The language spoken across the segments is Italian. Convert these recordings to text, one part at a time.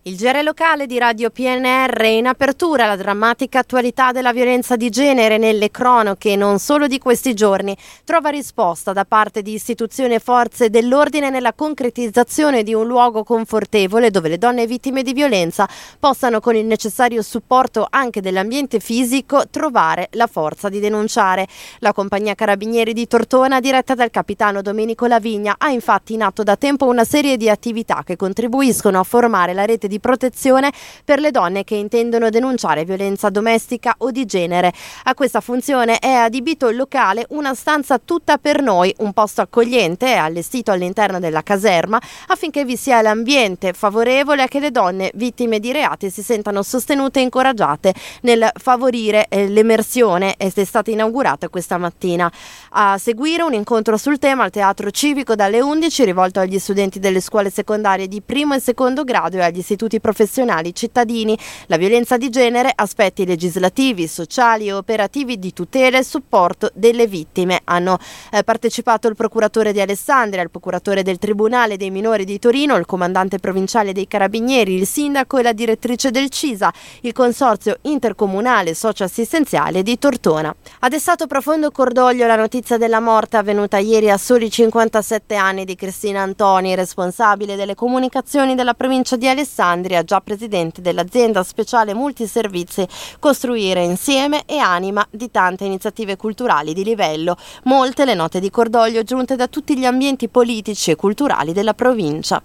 Il GR locale di Radio PNR, in apertura la drammatica attualità della violenza di genere nelle cronache non solo di questi giorni, trova risposta da parte di istituzioni e forze dell'ordine nella concretizzazione di un luogo confortevole dove le donne vittime di violenza possano, con il necessario supporto anche dell'ambiente fisico, trovare la forza di denunciare. La compagnia Carabinieri di Tortona, diretta dal capitano Domenico Lavigna, ha infatti in atto da tempo una serie di attività che contribuiscono a formare la rete di protezione per le donne che intendono denunciare violenza domestica o di genere. A questa funzione è adibito il locale Una stanza tutta per noi, un posto accogliente allestito all'interno della caserma affinché vi sia l'ambiente favorevole a che le donne vittime di reati si sentano sostenute e incoraggiate nel favorire l'emersione. È stata inaugurata questa mattina. A seguire un incontro sul tema al Teatro Civico dalle 11, rivolto agli studenti delle scuole secondarie di primo e secondo grado e agli istituti professionali cittadini. La violenza di genere, aspetti legislativi, sociali e operativi di tutela e supporto delle vittime. Hanno partecipato il procuratore di Alessandria, il procuratore del Tribunale dei Minori di Torino, il comandante provinciale dei Carabinieri, il sindaco e la direttrice del CISA, il consorzio intercomunale socioassistenziale di Tortona. Ha destato profondo cordoglio la notizia della morte avvenuta ieri a soli 57 anni di Cristina Antoni, responsabile delle comunicazioni della provincia di Alessandria, già presidente dell'azienda speciale multiservizi Costruire Insieme e anima di tante iniziative culturali di livello. Molte le note di cordoglio giunte da tutti gli ambienti politici e culturali della provincia.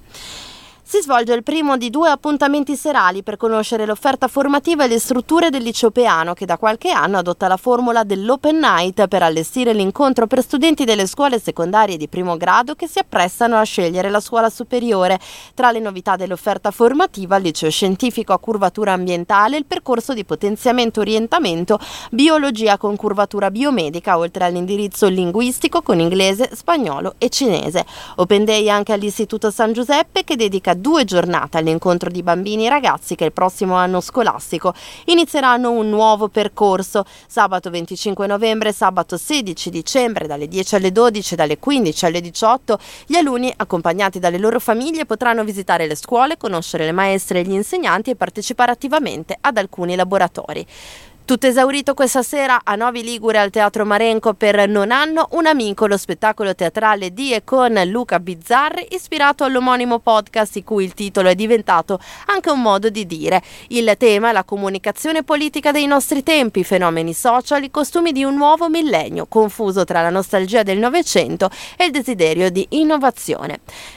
Si svolge il primo di 2 appuntamenti serali per conoscere l'offerta formativa e le strutture del liceo Peano, che da qualche anno adotta la formula dell'Open Night per allestire l'incontro per studenti delle scuole secondarie di primo grado che si apprestano a scegliere la scuola superiore. Tra le novità dell'offerta formativa, il liceo scientifico a curvatura ambientale, il percorso di potenziamento orientamento biologia con curvatura biomedica, oltre all'indirizzo linguistico con inglese, spagnolo e cinese. Open Day anche all'Istituto San Giuseppe, che dedica 2 giornate all'incontro di bambini e ragazzi che il prossimo anno scolastico inizieranno un nuovo percorso. Sabato 25 novembre e sabato 16 dicembre dalle 10 alle 12 e dalle 15 alle 18 gli alunni, accompagnati dalle loro famiglie, potranno visitare le scuole, conoscere le maestre e gli insegnanti e partecipare attivamente ad alcuni laboratori. Tutto esaurito questa sera a Novi Ligure al Teatro Marenco per Non hanno un amico, lo spettacolo teatrale di e con Luca Bizzarri, ispirato all'omonimo podcast di cui il titolo è diventato anche un modo di dire. Il tema è la comunicazione politica dei nostri tempi, i fenomeni social, i costumi di un nuovo millennio, confuso tra la nostalgia del Novecento e il desiderio di innovazione.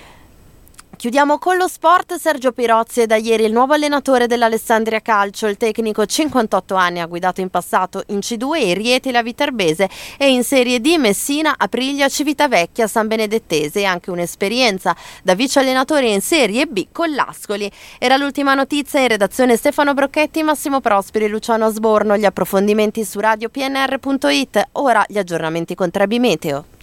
Chiudiamo con lo sport. Sergio Pirozzi è da ieri il nuovo allenatore dell'Alessandria Calcio. Il tecnico, 58 anni, ha guidato in passato in C2 e Rieti la Viterbese e in Serie D Messina, Aprilia, Civitavecchia, San Benedettese, e anche un'esperienza da vice allenatore in Serie B con l'Ascoli. Era l'ultima notizia. In redazione Stefano Brocchetti, Massimo Prosperi, Luciano Asborno. Gli approfondimenti su radiopnr.it. Ora gli aggiornamenti con Trebi Meteo.